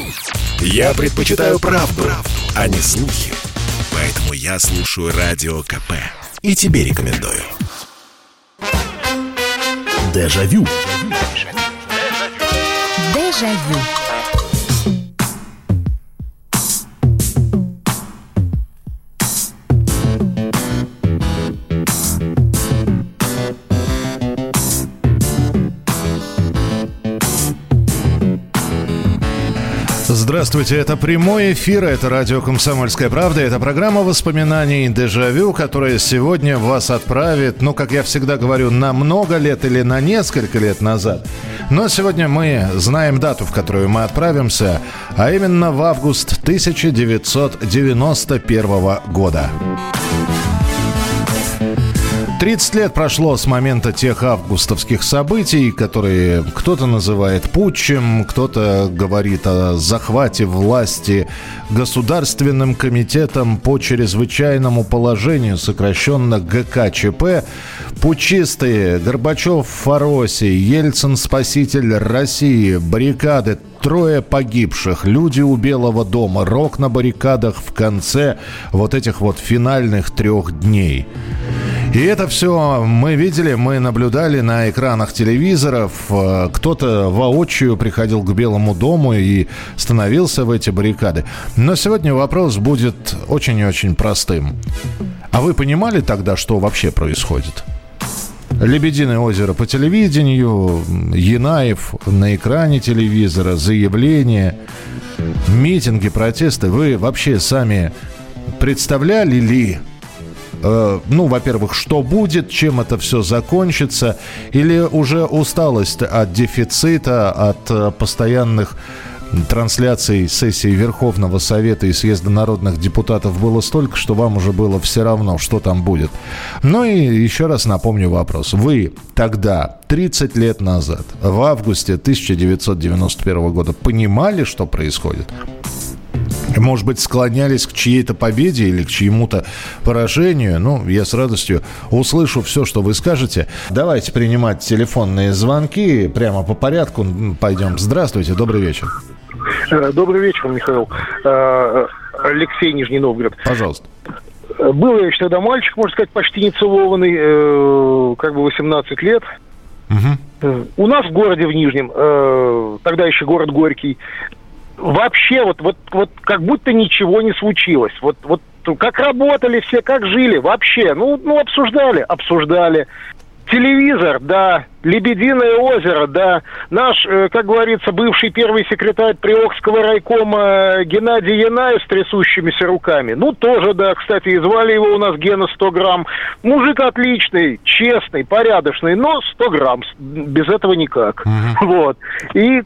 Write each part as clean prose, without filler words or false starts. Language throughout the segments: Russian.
Я предпочитаю правду, а не слухи. Поэтому я слушаю Радио КП. И тебе рекомендую. Дежавю. Дежавю. Здравствуйте, это прямой эфир, это радио «Комсомольская правда», это программа воспоминаний «Дежавю», которая сегодня вас отправит, как я всегда говорю, на много лет или на несколько лет назад. Но сегодня мы знаем дату, в которую мы отправимся, а именно в август 1991 года. 30 лет прошло с момента тех августовских событий, которые кто-то называет путчем, кто-то говорит о захвате власти Государственным комитетом по чрезвычайному положению, сокращенно ГКЧП. Путчисты Горбачев, Фороси, Ельцин, спаситель России, баррикады, 3 погибших, люди у Белого дома, рок на баррикадах в конце вот этих вот финальных 3 дней. И это все мы видели, мы наблюдали на экранах телевизоров. Кто-то воочию приходил к Белому дому и становился в эти баррикады. Но сегодня вопрос будет очень и очень простым. А вы понимали тогда, что вообще происходит? Лебединое озеро по телевидению, Янаев на экране телевизора, заявления, митинги, протесты. Вы вообще сами представляли ли? Во-первых, что будет, чем это все закончится, или уже усталость от дефицита, от постоянных трансляций сессий Верховного Совета и Съезда народных депутатов было столько, что вам уже было все равно, что там будет. И еще раз напомню вопрос. Вы тогда, 30 лет назад, в августе 1991 года, понимали, что происходит? Может быть, склонялись к чьей-то победе или к чьему-то поражению? Я с радостью услышу все, что вы скажете. Давайте принимать телефонные звонки. Прямо по порядку пойдем. Здравствуйте, добрый вечер. Добрый вечер, Михаил. Алексей, Нижний Новгород. Пожалуйста. Был я еще тогда мальчик, можно сказать, почти не целованный, 18 лет. Угу. У нас в городе, в Нижнем, тогда еще город Горький, вообще вот как будто ничего не случилось. Вот как работали все, как жили, вообще. Обсуждали. Телевизор, да. Лебединое озеро, да. Наш, как говорится, бывший первый секретарь Приокского райкома Геннадий Янаев с трясущимися руками. тоже, да, кстати, и звали его у нас Гена 100 грамм. Мужик отличный, честный, порядочный, но 100 грамм. Без этого никак. Вот. И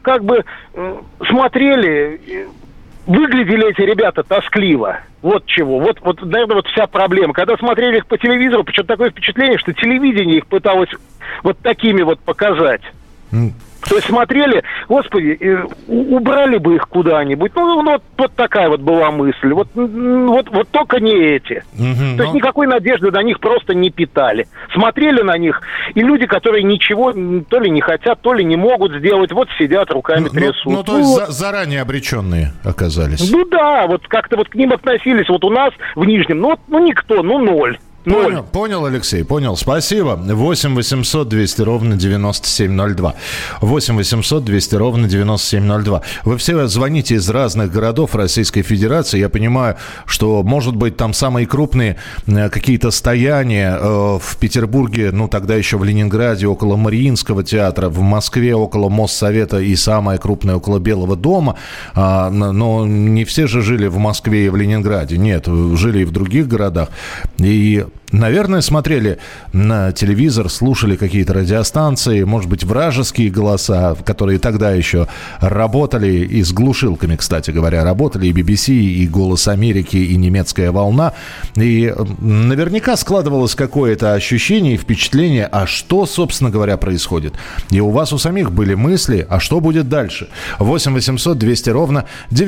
смотрели... Выглядели эти ребята тоскливо. Вот чего. Вот, наверное, вся проблема. Когда смотрели их по телевизору, почему-то такое впечатление, что телевидение их пыталось вот такими вот показать. То есть смотрели, господи, убрали бы их куда-нибудь. Вот такая вот была мысль. Вот только не эти. То есть никакой надежды на них просто не питали. Смотрели на них, и люди, которые ничего то ли не хотят, то ли не могут сделать, вот сидят, руками трясут. То есть заранее обреченные оказались. Да, вот как-то вот к ним относились. Вот у нас в Нижнем, никто, ноль. Понял, Алексей, понял. Спасибо. 8 800 200 ровно 9702. 8 800 200 ровно 9702. Вы все звоните из разных городов Российской Федерации. Я понимаю, что, может быть, там самые крупные какие-то стояния в Петербурге, тогда еще в Ленинграде, около Мариинского театра, в Москве, около Моссовета и самое крупное около Белого дома. Но не все же жили в Москве и в Ленинграде. Нет, жили и в других городах. И наверное, смотрели на телевизор, слушали какие-то радиостанции, может быть, вражеские голоса, которые тогда еще работали, и с глушилками, кстати говоря, работали, и BBC, и «Голос Америки», и «Немецкая волна». И наверняка складывалось какое-то ощущение и впечатление, а что, собственно говоря, происходит. И у вас у самих были мысли, а что будет дальше? 8 800 200 ровно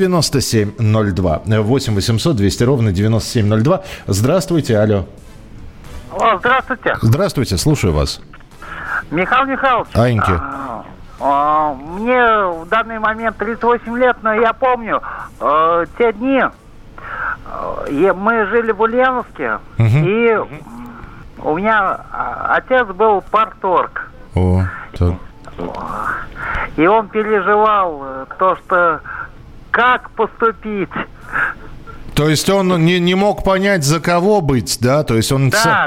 9702. 8 800 200 ровно 9702. Здравствуйте, алло. О, здравствуйте. Здравствуйте, слушаю вас. Михаил Михайлович. Аньки. Мне в данный момент 38 лет, но я помню те дни. Мы жили в Ульяновске, и у меня отец был парторг. И он переживал то, что как поступить. То есть он не мог понять, за кого быть, да? То есть он... Да.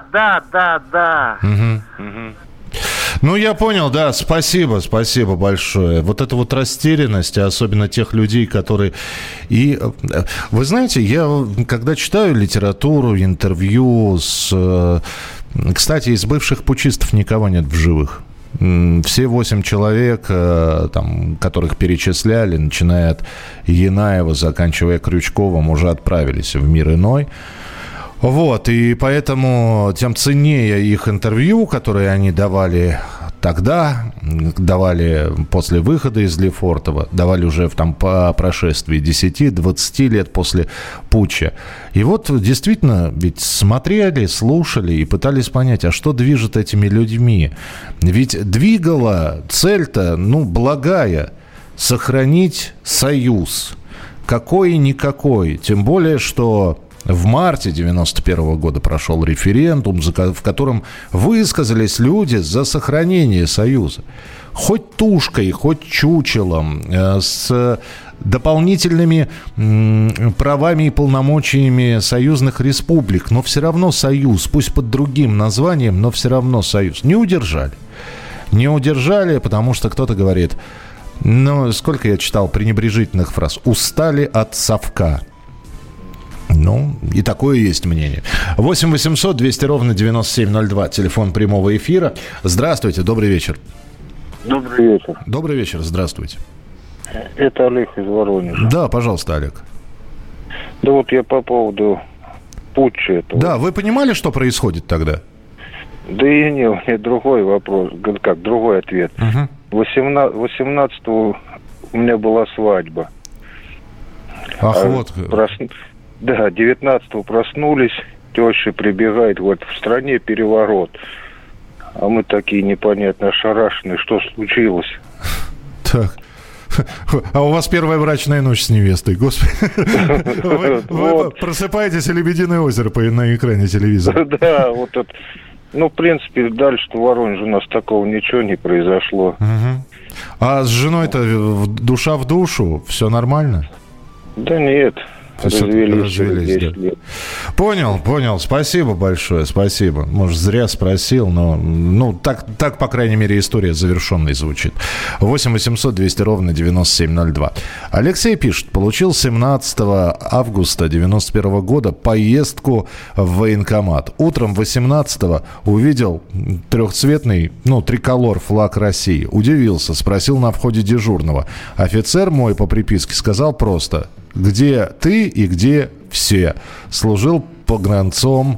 Ну, я понял, да, спасибо большое. Вот эта вот растерянность, особенно тех людей, которые... И вы знаете, я когда читаю литературу, интервью с... Кстати, из бывших путчистов никого нет в живых. Все 8 человек, там, которых перечисляли, начиная от Янаева, заканчивая Крючковым, уже отправились в мир иной. Вот, и поэтому тем ценнее их интервью, которые они давали тогда, давали после выхода из Лефортово, давали уже там по прошествии 10-20 лет после путча. И вот действительно ведь смотрели, слушали и пытались понять, а что движет этими людьми. Ведь двигала цель-то, благая, сохранить союз. Какой-никакой. Тем более, что... В марте 1991 года прошел референдум, в котором высказались люди за сохранение Союза. Хоть тушкой, хоть чучелом, с дополнительными правами и полномочиями союзных республик, но все равно Союз, пусть под другим названием, но все равно Союз. Не удержали. Не удержали, потому что кто-то говорит, сколько я читал пренебрежительных фраз, устали от совка. И такое есть мнение. 8 800 200 ровно 9702. Телефон прямого эфира. Здравствуйте, добрый вечер. Добрый вечер. Добрый вечер, здравствуйте. Это Олег из Воронежа. Да, пожалуйста, Олег. Да вот я по поводу путча этого. Да, вы понимали, что происходит тогда? Да и не, у меня другой вопрос, другой ответ. 18-го у меня была свадьба. Да, 19-го проснулись, теща прибегает, говорит, в стране переворот. А мы такие непонятно ошарашенные, что случилось? Так. А у вас первая брачная ночь с невестой, господи. Вы просыпаетесь, и «Лебединое озеро» на экране телевизора. Да, вот это. В принципе, дальше-то в Воронеже у нас такого ничего не произошло. А с женой-то душа в душу? Все нормально? Да нет. Развелись, да. Лет. Понял. Спасибо большое, спасибо. Может, зря спросил, но так, по крайней мере, история завершенной звучит. 8 800 200 ровно 9702. Алексей пишет, получил 17 августа 91 года поездку в военкомат. Утром 18-го увидел трехцветный, триколор флаг России. Удивился, спросил на входе дежурного. Офицер мой по приписке сказал просто: где ты и где все. Служил погранцом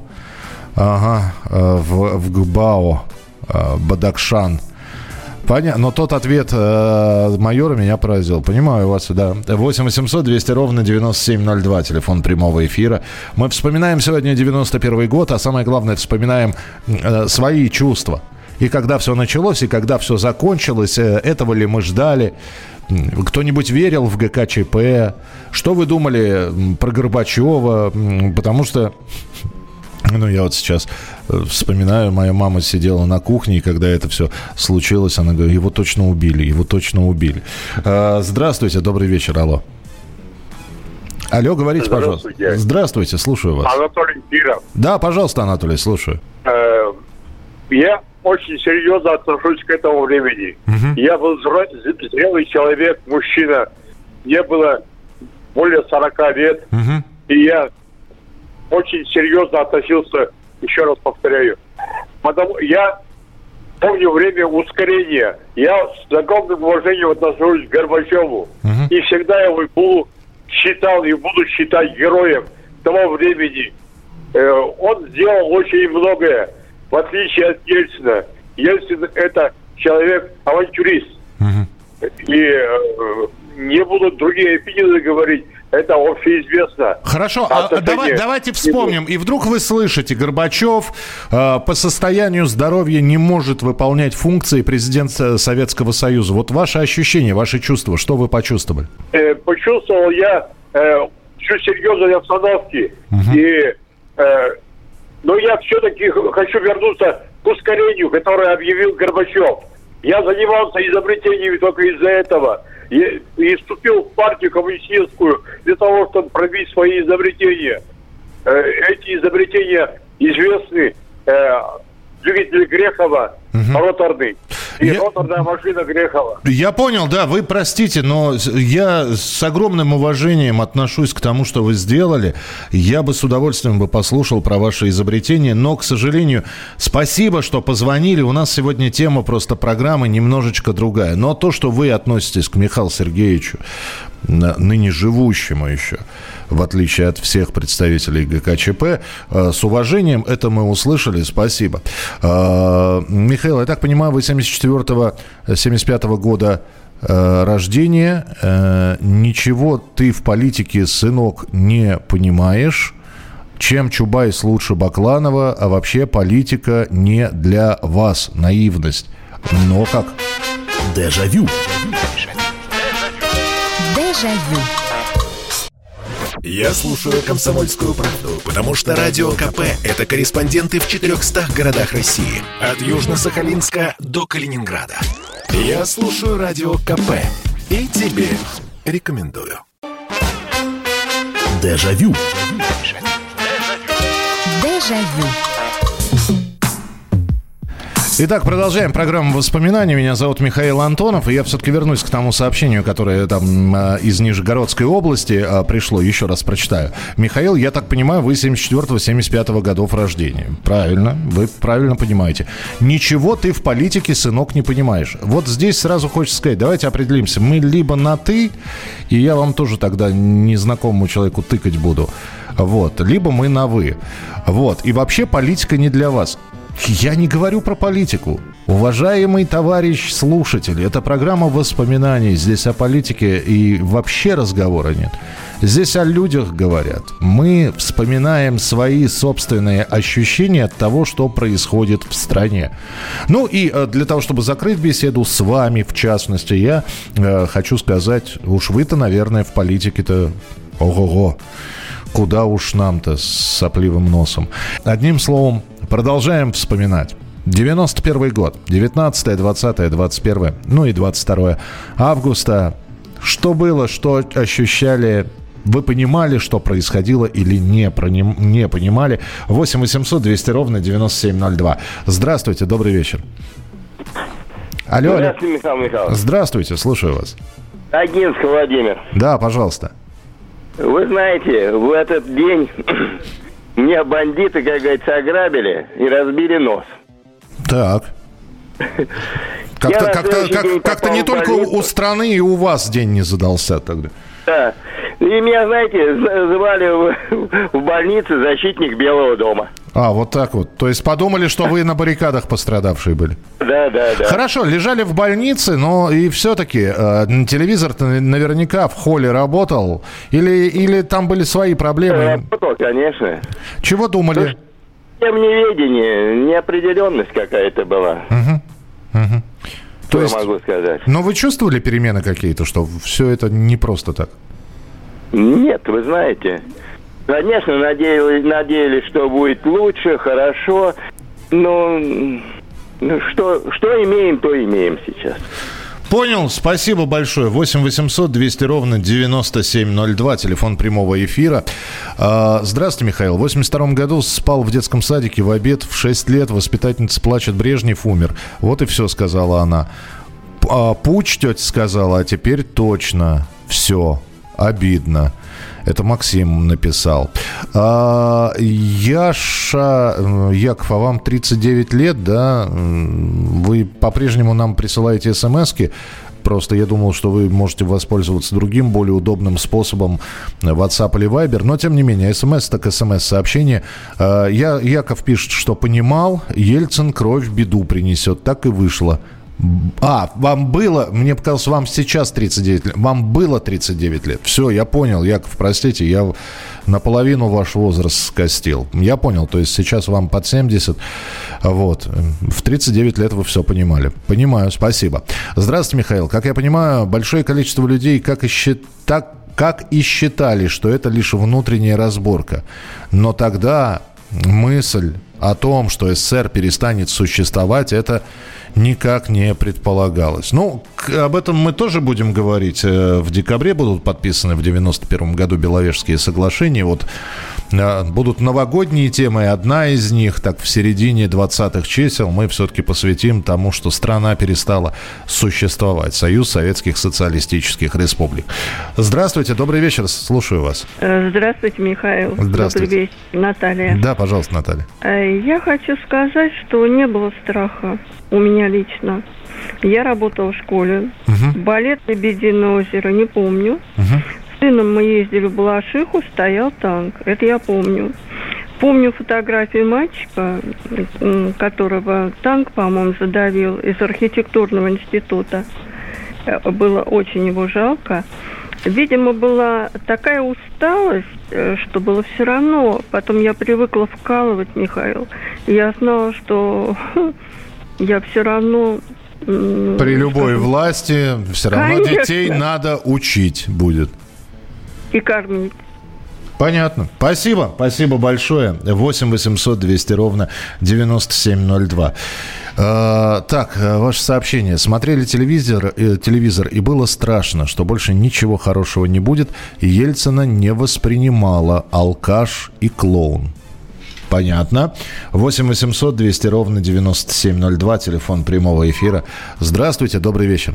в ГБАО Бадахшан. Понятно, но тот ответ майора меня поразил. Понимаю вас, да. 8 800 200 ровно 9702, телефон прямого эфира. Мы вспоминаем сегодня 91 год, а самое главное, вспоминаем свои чувства. И когда все началось, и когда все закончилось, этого ли мы ждали? Кто-нибудь верил в ГКЧП? Что вы думали про Горбачева? Потому что, я вот сейчас вспоминаю, моя мама сидела на кухне, и когда это все случилось, она говорит, его точно убили. Здравствуйте, добрый вечер, алло. Алло, говорите, пожалуйста. Здравствуйте, слушаю вас. Анатолий Киров. Да, пожалуйста, Анатолий, слушаю. Я очень серьезно отношусь к этому времени. Я был зрелый человек, мужчина. Мне было более 40 лет. И я очень серьезно относился, еще раз повторяю. Потому я помню время ускорения. Я с огромным уважением отношусь к Горбачеву. И всегда его считал и буду считать героем того времени. Он сделал очень многое. В отличие от Ельцина. Ельцин – это человек-авантюрист. И не буду другие эпитеты говорить, это общеизвестно. Хорошо, давайте вспомним. И вдруг вы слышите, Горбачев по состоянию здоровья не может выполнять функции президента Советского Союза. Вот ваши ощущения, ваши чувства, что вы почувствовали? Почувствовал я всю серьезность обстановки. Но я все-таки хочу вернуться к ускорению, которое объявил Горбачев. Я занимался изобретениями только из-за этого. И вступил в партию коммунистическую для того, чтобы пробить свои изобретения. Эти изобретения известны. Двигатель Грехова, роторный. И роторная машина Грехова. Я понял, да, вы простите, но я с огромным уважением отношусь к тому, что вы сделали. Я бы с удовольствием бы послушал про ваши изобретения, но, к сожалению, спасибо, что позвонили. У нас сегодня тема просто программы немножечко другая. Но то, что вы относитесь к Михаилу Сергеевичу, ныне живущему еще, в отличие от всех представителей ГКЧП, с уважением, это мы услышали, спасибо. Михаил, я так понимаю, вы 74-75 года рождения, ничего ты в политике, сынок, не понимаешь, чем Чубайс лучше Бакланова, а вообще политика не для вас, наивность. Но как? Дежавю. Дежавю. Я слушаю «Комсомольскую правду», потому что Радио КП – это корреспонденты в 400 городах России. От Южно-Сахалинска до Калининграда. Я слушаю Радио КП и тебе рекомендую. Дежавю. Дежавю. Итак, продолжаем программу воспоминаний. Меня зовут Михаил Антонов, и я все-таки вернусь к тому сообщению, которое там из Нижегородской области пришло. Еще раз прочитаю. Михаил, я так понимаю, вы 74-75 годов рождения. Правильно, вы правильно понимаете. Ничего ты в политике, сынок, не понимаешь. Вот здесь сразу хочется сказать, давайте определимся. Мы либо на «ты», и я вам тоже тогда незнакомому человеку тыкать буду. Вот. Либо мы на «вы». Вот. И вообще политика не для вас. Я не говорю про политику. Уважаемый товарищ слушатель, это программа воспоминаний. Здесь о политике и вообще разговора нет. Здесь о людях говорят. Мы вспоминаем свои собственные ощущения от того, что происходит в стране. Ну и для того, чтобы закрыть беседу с вами, в частности, я хочу сказать, уж вы-то, наверное, в политике-то ого-го. Куда уж нам-то с сопливым носом. Одним словом, продолжаем вспоминать. 91 год, 19, 20, 21, ну и 22 августа. Что было, что ощущали, вы понимали, что происходило или не понимали? 8 800 200 ровно 9702. Здравствуйте, добрый вечер. Алло, здравствуйте, Михаил Михайлович. Здравствуйте, слушаю вас. Агинский Владимир. Да, пожалуйста. Вы знаете, в этот день меня бандиты, как говорится, ограбили и разбили нос. Так. Как-то не только у страны, и у вас день не задался тогда. Да. И меня, знаете, звали в больнице защитник Белого дома. А, вот так вот. То есть подумали, что вы на баррикадах пострадавшие были? Да. Хорошо, лежали в больнице, но и все-таки телевизор-то наверняка в холле работал? Или там были свои проблемы? Работал, конечно. Чего думали? Неведение, неопределенность какая-то была. То есть, могу сказать. Но вы чувствовали перемены какие-то, что все это не просто так? Нет, вы знаете. Конечно, надеялись, что будет лучше, хорошо. Но что имеем, то имеем сейчас. Понял, спасибо большое. 8 800 200 ровно 9702, телефон прямого эфира. Здравствуйте, Михаил. В 82 году спал в детском садике в обед, в 6 лет воспитательница плачет, Брежнев умер. Вот и все, сказала она. Путч, тетя сказала, а теперь точно все, обидно. Это Максим написал. Яша, Яков, а вам 39 лет, да? Вы по-прежнему нам присылаете смс-ки. Просто я думал, что вы можете воспользоваться другим, более удобным способом WhatsApp или Viber. Но, тем не менее, смс так смс-сообщение. Яков пишет, что понимал, Ельцин кровь в беду принесет. Так и вышло. Вам было, мне показалось, вам сейчас 39 лет. Вам было 39 лет. Все, я понял, Яков, простите, я наполовину ваш возраст скостил. Я понял, то есть сейчас вам под 70. Вот. В 39 лет вы все понимали. Понимаю, спасибо. Здравствуйте, Михаил. Как я понимаю, большое количество людей, как и считали, что это лишь внутренняя разборка. Но тогда мысль о том, что СССР перестанет существовать, это никак не предполагалось. Ну, об этом мы тоже будем говорить. В декабре будут подписаны в 91 году Беловежские соглашения. Вот будут новогодние темы, и одна из них, так в середине 20-х чисел, мы все-таки посвятим тому, что страна перестала существовать. Союз Советских Социалистических Республик. Здравствуйте, добрый вечер, слушаю вас. Здравствуйте, Михаил. Здравствуйте. Добрый вечер, Наталья. Да, пожалуйста, Наталья. Я хочу сказать, что не было страха у меня лично. Я работала в школе. Балет «Лебединое озеро» не помню. С сыном мы ездили в Балашиху, стоял танк. Это я помню. Помню фотографию мальчика, которого танк, по-моему, задавил, из архитектурного института. Было очень его жалко. Видимо, была такая усталость, что было все равно. Потом я привыкла вкалывать, Михаил. И я знала, что я все равно... При любой власти все равно конечно. Детей надо учить будет. И кормить. Понятно. Спасибо. Спасибо большое. 8 800 200 ровно 9702. Так, ваше сообщение. Смотрели телевизор, и было страшно, что больше ничего хорошего не будет. Ельцина не воспринимала алкаш и клоун. Понятно. 8 800 200 ровно 9702. Телефон прямого эфира. Здравствуйте, добрый вечер.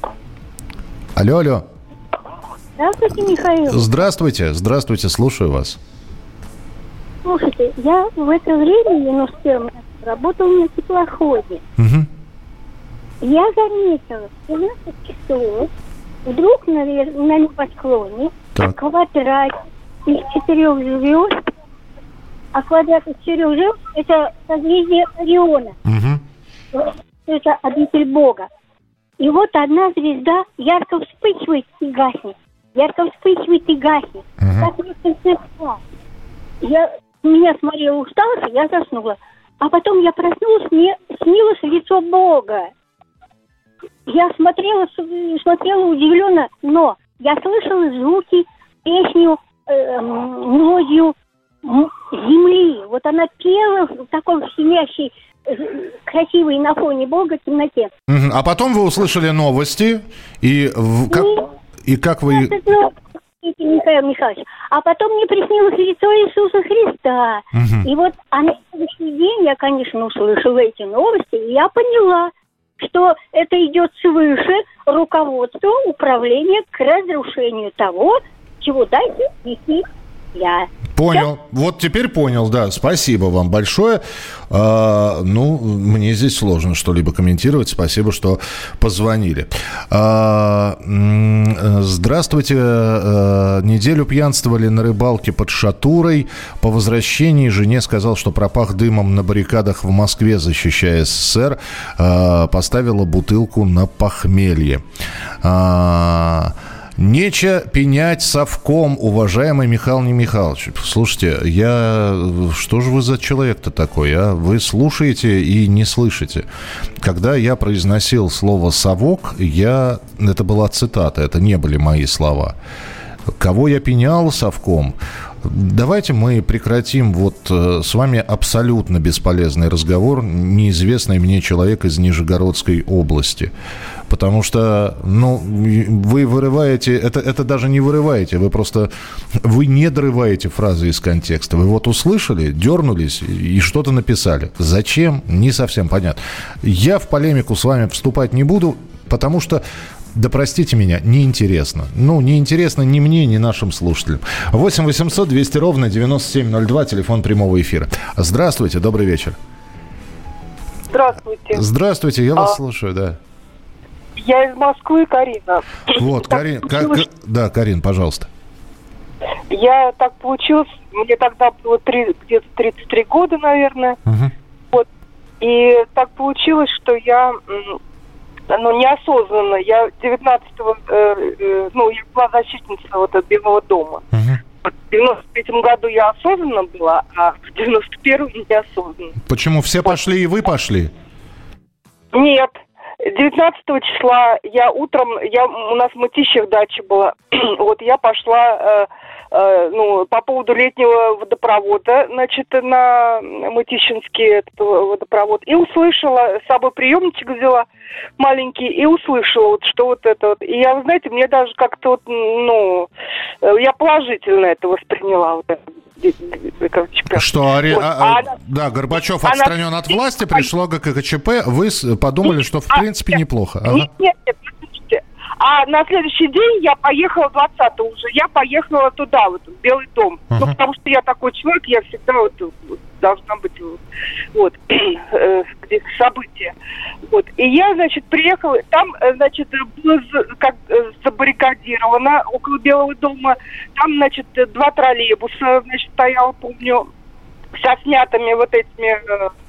Алло. Здравствуйте, Михаил. Здравствуйте, слушаю вас. Слушайте, я в это время, 91-м, работала на теплоходе. Я заметила, в 12 часов вдруг на небосклоне квадрат из 4 звезд, а квадрат из 4 звезд – это созвездие Ориона. Это обитель Бога. И вот одна звезда ярко вспыхивает и гаснет. Так несколько раз. Меня смотрела усталость, я заснула. А потом я проснулась, мне снилось лицо Бога. Я смотрела удивленно, но я слышала звуки, песню, мелодию земли. Вот она пела в такой щемящей, красивой на фоне Бога темноте. А потом вы услышали новости, и как вы... Михаил Михайлович. А потом мне приснилось лицо Иисуса Христа. И вот на следующий день я, конечно, услышала эти новости, и я поняла, что это идет свыше руководства управления к разрушению того, чего дальше нести я. Понял. Вот теперь понял, да. Спасибо вам большое. Мне здесь сложно что-либо комментировать. Спасибо, что позвонили. Здравствуйте. Неделю пьянствовали на рыбалке под Шатурой. По возвращении жене сказал, что пропах дымом на баррикадах в Москве, защищая СССР. Поставила бутылку на похмелье. Нече пенять совком, уважаемый Михаил Михайлович. Слушайте, что же вы за человек-то такой, а? Вы слушаете и не слышите. Когда я произносил слово «совок», это была цитата, это не были мои слова. Кого я пенял совком? Давайте мы прекратим с вами абсолютно бесполезный разговор, неизвестный мне человек из Нижегородской области. Потому что, вы вырываете, это даже не вырываете, вы не дорываете фразы из контекста. Вы услышали, дернулись и что-то написали. Зачем? Не совсем понятно. Я в полемику с вами вступать не буду, потому что, да простите меня, неинтересно. Неинтересно ни мне, ни нашим слушателям. 8 800 200 ровно 9702, телефон прямого эфира. Здравствуйте, добрый вечер. Здравствуйте. Здравствуйте, я вас слушаю, да. Я из Москвы, Карина. Да, Карин, пожалуйста. Так получилось, мне тогда было где-то 33 года, наверное. И так получилось, что я неосознанно. Я 19-го, я была защитницей вот от Белого дома. В 93-м году я осознанно была, а в 91-м неосознанно. Почему? Все пошли и вы пошли? Нет. 19 числа я утром, у нас в Мытищах дача была, вот я пошла, по поводу летнего водопровода, значит, на Мытищинский этот водопровод, и услышала, с собой приемничек взяла маленький, и услышала, вот, что вот это вот. И я, вы знаете, мне даже как-то вот, я положительно это восприняла, вот это. Что, Горбачев отстранен от власти, пришло ГКЧП, вы подумали, что в принципе неплохо. Ага. Нет, слушайте. А на следующий день я поехала, 20-го уже, я поехала туда, вот, в Белый дом. Потому что я такой человек, я всегда вот должна быть вот, где события. Вот. И я, значит, приехала, там, значит, было как забаррикадировано около Белого дома. Там, значит, 2 троллейбуса, значит, стояло, помню, со снятыми вот этими,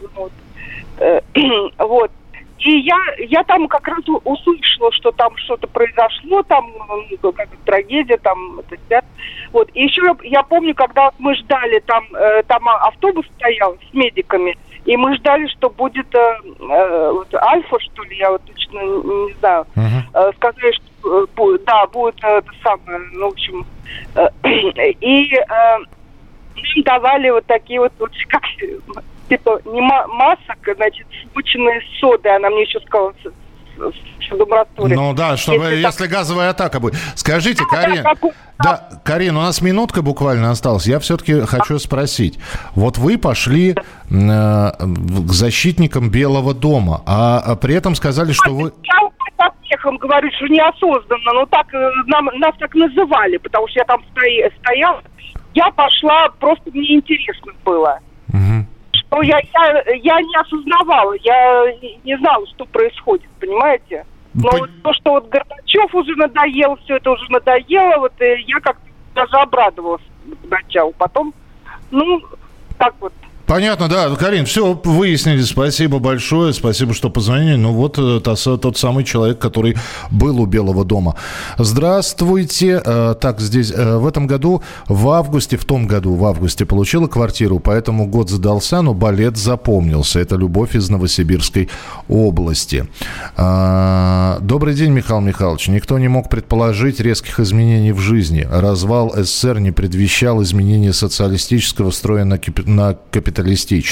вот. И я там как раз услышала, что там что-то произошло, там какая-то трагедия, там это снят. Вот. И еще я помню, когда мы ждали, там автобус стоял с медиками, и мы ждали, что будет Альфа, что ли, я вот точно не знаю. Сказали, что будет это самое, в общем. И нам давали вот такие вот как типа не масок, значит, смоченные содой. Она мне еще сказала в растворе. Ну да, чтобы если газовая атака будет. Скажите, Карин, Карин, у нас минутка буквально осталась. Я все-таки хочу спросить. Вот вы пошли к защитникам Белого дома, а при этом сказали, что вы... Я со смехом говорю, что неосознанно, но так нас так называли, потому что я там стояла. Я пошла, просто мне интересно было. Что я не осознавала, я не знала, что происходит, понимаете? Но вот то, что вот Горбачев уже надоел, все это уже надоело, вот я как-то даже обрадовалась поначалу. Потом, так вот. Понятно, да. Карин, все выяснили. Спасибо большое. Спасибо, что позвонили. Вот тот самый человек, который был у Белого дома. Здравствуйте. Так, здесь в этом году, в том году в августе получила квартиру, поэтому год задался, но балет запомнился. Это Любовь из Новосибирской области. Добрый день, Михаил Михайлович. Никто не мог предположить резких изменений в жизни. Развал СССР не предвещал изменения социалистического строя на капиталистический.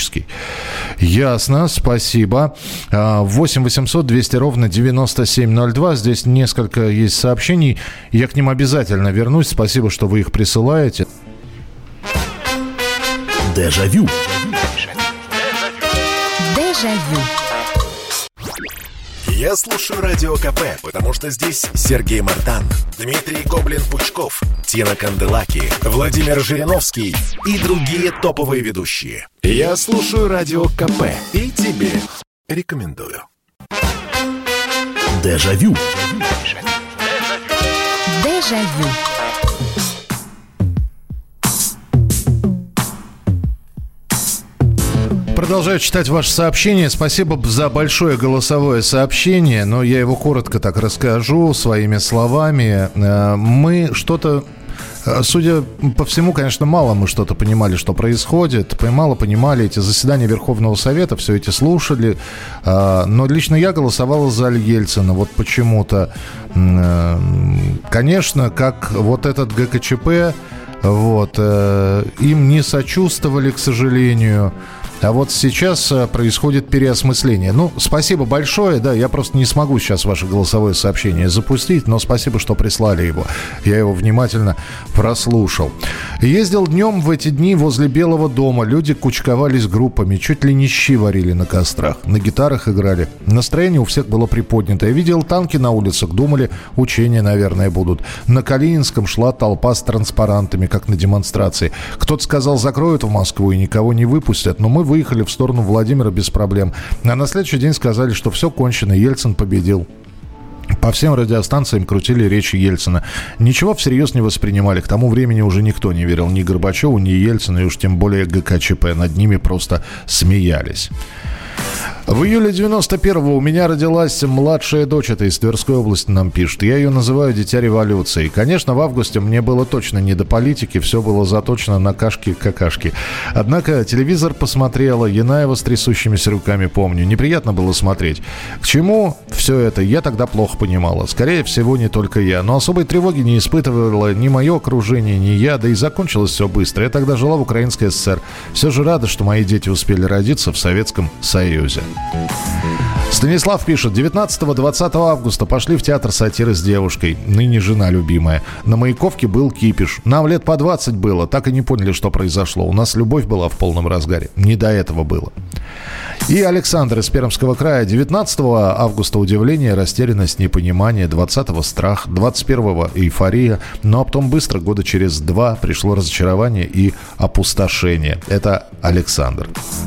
Ясно, спасибо. 8 800 200 ровно 9702. Здесь несколько есть сообщений. Я к ним обязательно вернусь. Спасибо, что вы их присылаете. Дежавю. Дежавю. Я слушаю Радио КП, потому что здесь Сергей Мартан, Дмитрий Гоблин-Пучков, Тина Канделаки, Владимир Жириновский и другие топовые ведущие. Я слушаю Радио КП и тебе рекомендую. Дежавю. Дежавю. Продолжаю читать ваши сообщения. Спасибо за большое голосовое сообщение, но я его коротко так расскажу своими словами. Мы что-то... Судя по всему, конечно, мало мы что-то понимали, что происходит. Мало понимали эти заседания Верховного Совета, все эти слушали. Но лично я голосовал за Ельцина. Вот почему-то. Конечно, как вот этот ГКЧП, им не сочувствовали, к сожалению. А вот сейчас происходит переосмысление. Спасибо большое. Да, я просто не смогу сейчас ваше голосовое сообщение запустить, но спасибо, что прислали его. Я его внимательно прослушал. Ездил днем в эти дни возле Белого дома. Люди кучковались группами, чуть ли не щи варили на кострах. На гитарах играли. Настроение у всех было приподнято. Я видел танки на улицах. Думали, учения, наверное, будут. На Калининском шла толпа с транспарантами, как на демонстрации. Кто-то сказал, закроют в Москву и никого не выпустят. Но мы выехали в сторону Владимира без проблем. А на следующий день сказали, что все кончено, Ельцин победил. По всем радиостанциям крутили речи Ельцина. Ничего всерьез не воспринимали. К тому времени уже никто не верил ни Горбачеву, ни Ельцину, и уж тем более ГКЧП. Над ними просто смеялись. В июле 91-го у меня родилась младшая дочь, это из Тверской области нам пишет. Я ее называю «Дитя революции». Конечно, в августе мне было точно не до политики, все было заточено на кашки-какашки. Однако телевизор посмотрела, Янаева с трясущимися руками помню. Неприятно было смотреть. К чему все это, я тогда плохо понимала. Скорее всего, не только я. Но особой тревоги не испытывала ни мое окружение, ни я. Да и закончилось все быстро. Я тогда жила в Украинской ССР. Все же рада, что мои дети успели родиться в Советском Союзе. Станислав пишет: 19-20 августа пошли в театр сатиры с девушкой, ныне жена любимая. На Маяковке был кипиш. Нам лет по 20 было, так и не поняли, что произошло. У нас любовь была в полном разгаре. Не до этого было. И Александр из Пермского края. 19 августа удивление, растерянность, непонимание. 20-го страх, 21-го эйфория. Ну а потом быстро, года через 2, пришло разочарование и опустошение. Это Александр.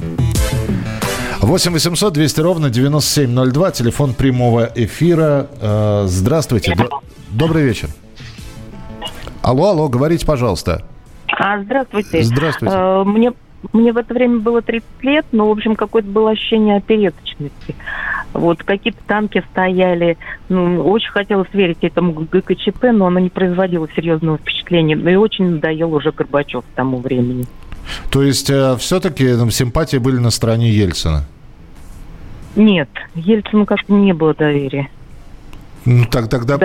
8 800 200 ровно 9702, телефон прямого эфира. Здравствуйте. Добрый вечер. Алло, говорите, пожалуйста. Здравствуйте. Здравствуйте. Мне в это время было 30 лет, но, в общем, какое-то было ощущение опереточности. Вот, какие-то танки стояли. Очень хотелось верить этому ГКЧП, но оно не производило серьезного впечатления. Ну и очень надоел уже Горбачев к тому времени. То есть, все-таки симпатии были на стороне Ельцина? Нет, Ельцину как-то не было доверия. Тогда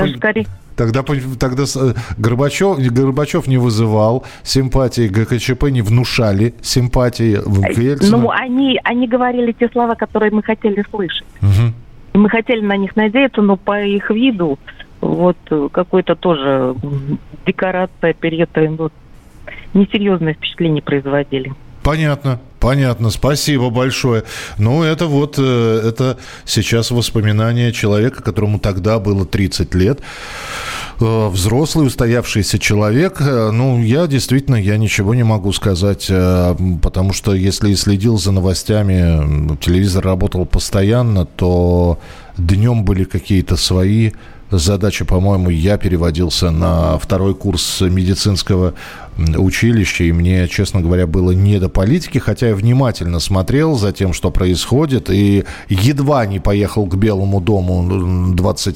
Горбачев не вызывал симпатии, ГКЧП не внушали симпатии к Ельцину. Ну, они говорили те слова, которые мы хотели слышать. Угу. Мы хотели на них надеяться, но по их виду вот какой-то тоже декорация, оперетта, вот, несерьезное впечатление производили. Понятно, спасибо большое. Ну, это сейчас воспоминания человека, которому тогда было 30 лет. Взрослый, устоявшийся человек. Ну, я ничего не могу сказать, потому что если и следил за новостями, телевизор работал постоянно, то днем были какие-то свои задачи. По-моему, я переводился на второй курс медицинского училища, и мне, честно говоря, было не до политики, хотя я внимательно смотрел за тем, что происходит, и едва не поехал к Белому дому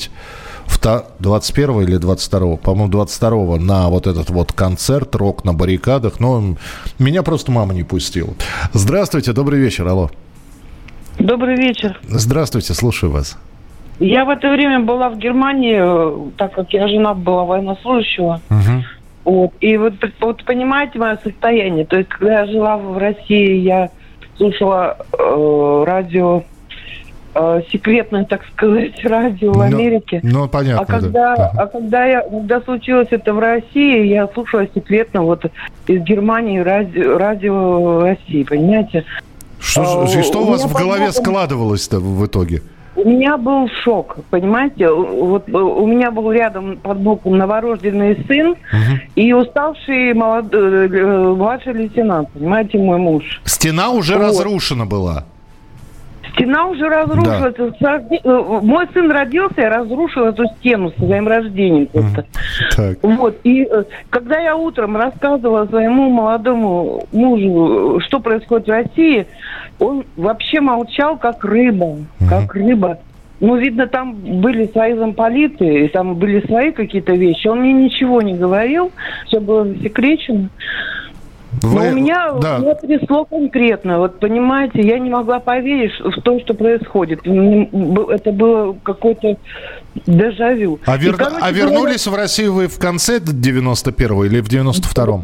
21 или 22, по-моему, 22 на вот этот вот концерт «Рок на баррикадах», но меня просто мама не пустила. Здравствуйте, добрый вечер, алло. Добрый вечер. Здравствуйте, слушаю вас. Я в это время была в Германии, так как я жена была военнослужащего. Угу. Вот. И вот понимаете мое состояние. То есть, когда я жила в России, я слушала радио, секретное, так сказать, радио в Америке. Ну, понятно. Когда случилось это в России, я слушала секретно вот из Германии радио России, понимаете? Что у вас в голове складывалось-то в итоге? У меня был шок, понимаете? Вот у меня был рядом под боком новорожденный сын и уставший младший лейтенант, понимаете, мой муж. Стена уже разрушена была. Стена уже разрушилась. Да. Мой сын родился, я разрушила эту стену с своим рождением просто. Вот. И когда я утром рассказывала своему молодому мужу, что происходит в России, он вообще молчал, как рыба. Как рыба. Ну, видно, там были свои замполиты, и там были свои какие-то вещи. Он мне ничего не говорил, все было засекречено. Но у меня трясло конкретно. Вот понимаете, я не могла поверить в то, что происходит. Это было какое-то дежавю. Вернулись в Россию вы в конце 91-го или в 92-м?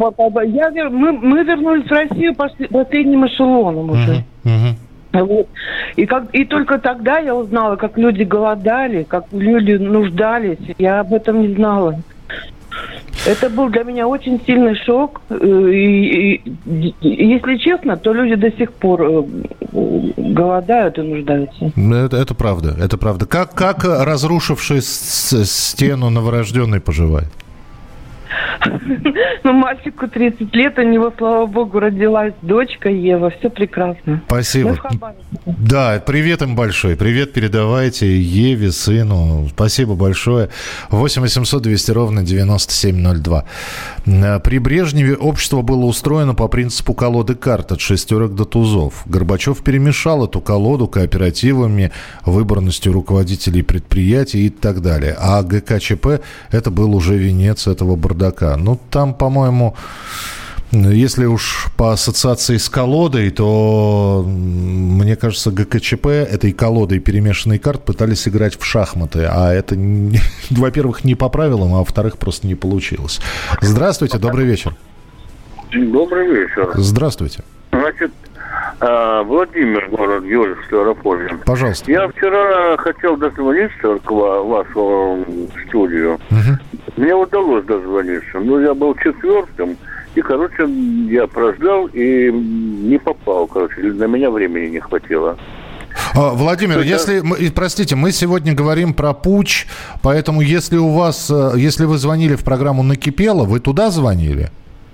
Мы вернулись в Россию последним эшелоном уже. Вот. И только тогда я узнала, как люди голодали, как люди нуждались. Я об этом не знала. Это был для меня очень сильный шок. И если честно, то люди до сих пор голодают и нуждаются. Это правда, это правда. Как разрушивший стену новорожденный поживает? Ну, мальчику 30 лет, у него, слава богу, родилась дочка Ева. Все прекрасно. Спасибо. Да, привет им большой. Привет передавайте Еве, сыну. Спасибо большое. 8 800 200 ровно 9702. При Брежневе общество было устроено по принципу колоды карт от шестерок до тузов. Горбачев перемешал эту колоду кооперативами, выборностью руководителей предприятий и так далее. А ГКЧП – это был уже венец этого бардака. Ну, там, по-моему, если уж по ассоциации с колодой, то, мне кажется, ГКЧП этой колодой перемешанных карт пытались играть в шахматы. А это, во-первых, не по правилам, а во-вторых, просто не получилось. Здравствуйте, добрый вечер. Добрый вечер. Здравствуйте. Значит, Владимир, город Георгий, Ставрополь. Пожалуйста. Я вчера хотел дозвониться к вашу студию. Мне удалось дозвониться. Но я был четвертым. И, короче, я прождал и не попал. Короче, на меня времени не хватило. Владимир, простите, мы сегодня говорим про путч, поэтому если вы звонили в программу «Накипело», вы туда звонили?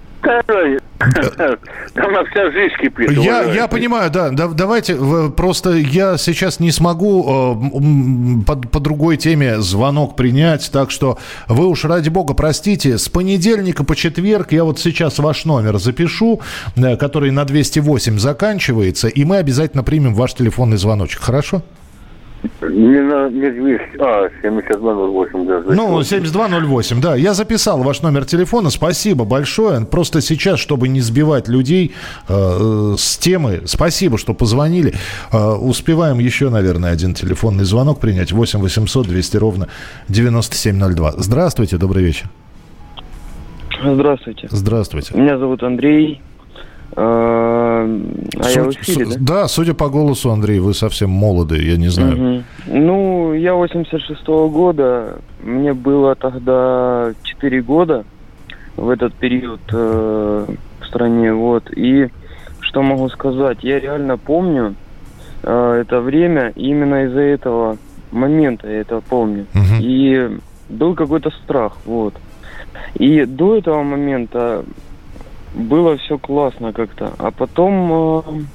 Там вся жизнь кипит. Я понимаю, да. Давайте, просто я сейчас не смогу по другой теме звонок принять, так что вы уж, ради бога, простите, с понедельника по четверг я вот сейчас ваш номер запишу, который на 208 заканчивается, и мы обязательно примем ваш телефонный звоночек, хорошо? Не 200, 7208, да. Ну, 7208, да. Я записал ваш номер телефона, спасибо большое. Просто сейчас, чтобы не сбивать людей с темы, спасибо, что позвонили. Успеваем еще, наверное, один телефонный звонок принять. 8 800 200 ровно 9702. Здравствуйте, добрый вечер. Здравствуйте. Здравствуйте. Меня зовут Андрей. Я в эфире, да? Да, судя по голосу, Андрей, вы совсем молоды, я не знаю. Ну, я 86-го года, мне было тогда 4 года в этот период в стране, вот. И что могу сказать, я реально помню это время, и именно из-за этого момента я это помню. И был какой-то страх, вот. И до этого момента было все классно как-то, а потом...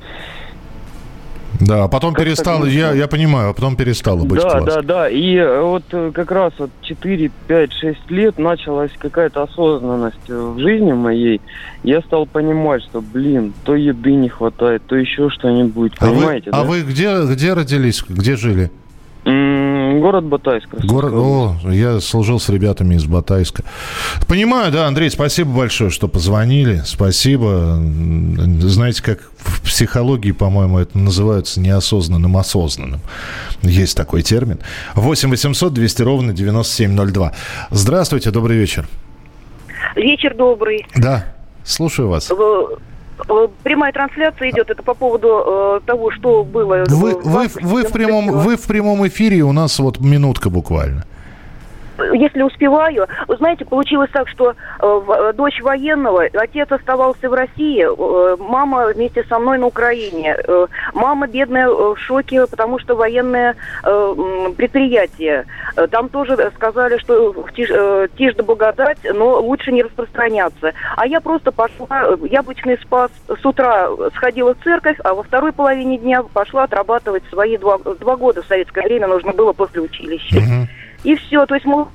Да, а потом перестало, я понимаю, а потом перестало быть классно. Да, и вот как раз от 4, 5, 6 лет началась какая-то осознанность в жизни моей. Я стал понимать, что, то еды не хватает, то еще что-нибудь, понимаете, да? А вы где родились, где жили? Город Батайск. Я служил с ребятами из Батайска. Понимаю, да, Андрей, спасибо большое, что позвонили. Спасибо. Знаете, как в психологии, по-моему, это называется неосознанным осознанным. Есть такой термин. 8 800 200 ровно 9702. Здравствуйте, добрый вечер. Вечер добрый. Да, слушаю вас. Прямая трансляция идет, это по поводу того, что было. Вы в прямом эфире, у нас вот минутка буквально. Если успеваю. Вы знаете, получилось так, что дочь военного, отец оставался в России, мама вместе со мной на Украине. Мама бедная в шоке, потому что военное предприятие. Там тоже сказали, что тишь да благодать, но лучше не распространяться. А я просто пошла, яблочный спас, с утра сходила в церковь, а во второй половине дня пошла отрабатывать свои 2 года в советское время, нужно было после училища. И все, то есть мы...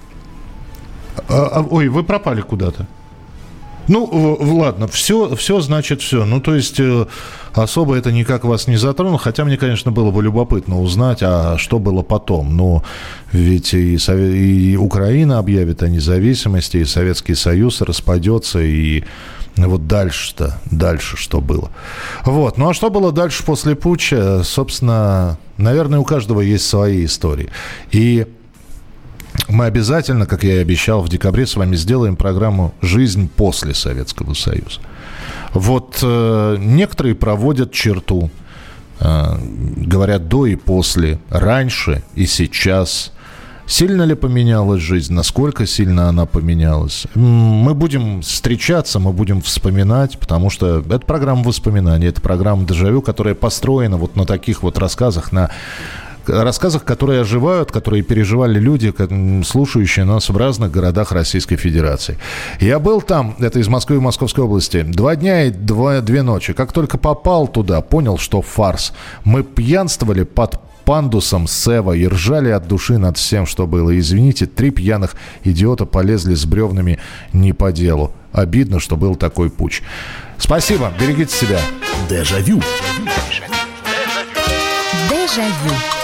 Ой, вы пропали куда-то. Ну, ладно, все значит все. Ну, то есть, особо это никак вас не затронуло. Хотя мне, конечно, было бы любопытно узнать, а что было потом. Но ведь и Украина объявит о независимости, и Советский Союз распадется, и вот дальше что было. Вот. Ну, а что было дальше после путча? Собственно, наверное, у каждого есть свои истории. И мы обязательно, как я и обещал, в декабре с вами сделаем программу «Жизнь после Советского Союза». Вот некоторые проводят черту, говорят до и после, раньше и сейчас. Сильно ли поменялась жизнь? Насколько сильно она поменялась? Мы будем встречаться, мы будем вспоминать, потому что это программа воспоминаний, это программа «Дежавю», которая построена вот на таких вот рассказах, на рассказах, которые оживают, которые переживали люди, слушающие нас в разных городах Российской Федерации. Я был там, это из Москвы и Московской области, 2 дня и 2 ночи. Как только попал туда, понял, что фарс. Мы пьянствовали под пандусом Сева и ржали от души над всем, что было. Извините, 3 пьяных идиота полезли с бревнами не по делу. Обидно, что был такой путч. Спасибо, берегите себя. Дежавю. Дежавю.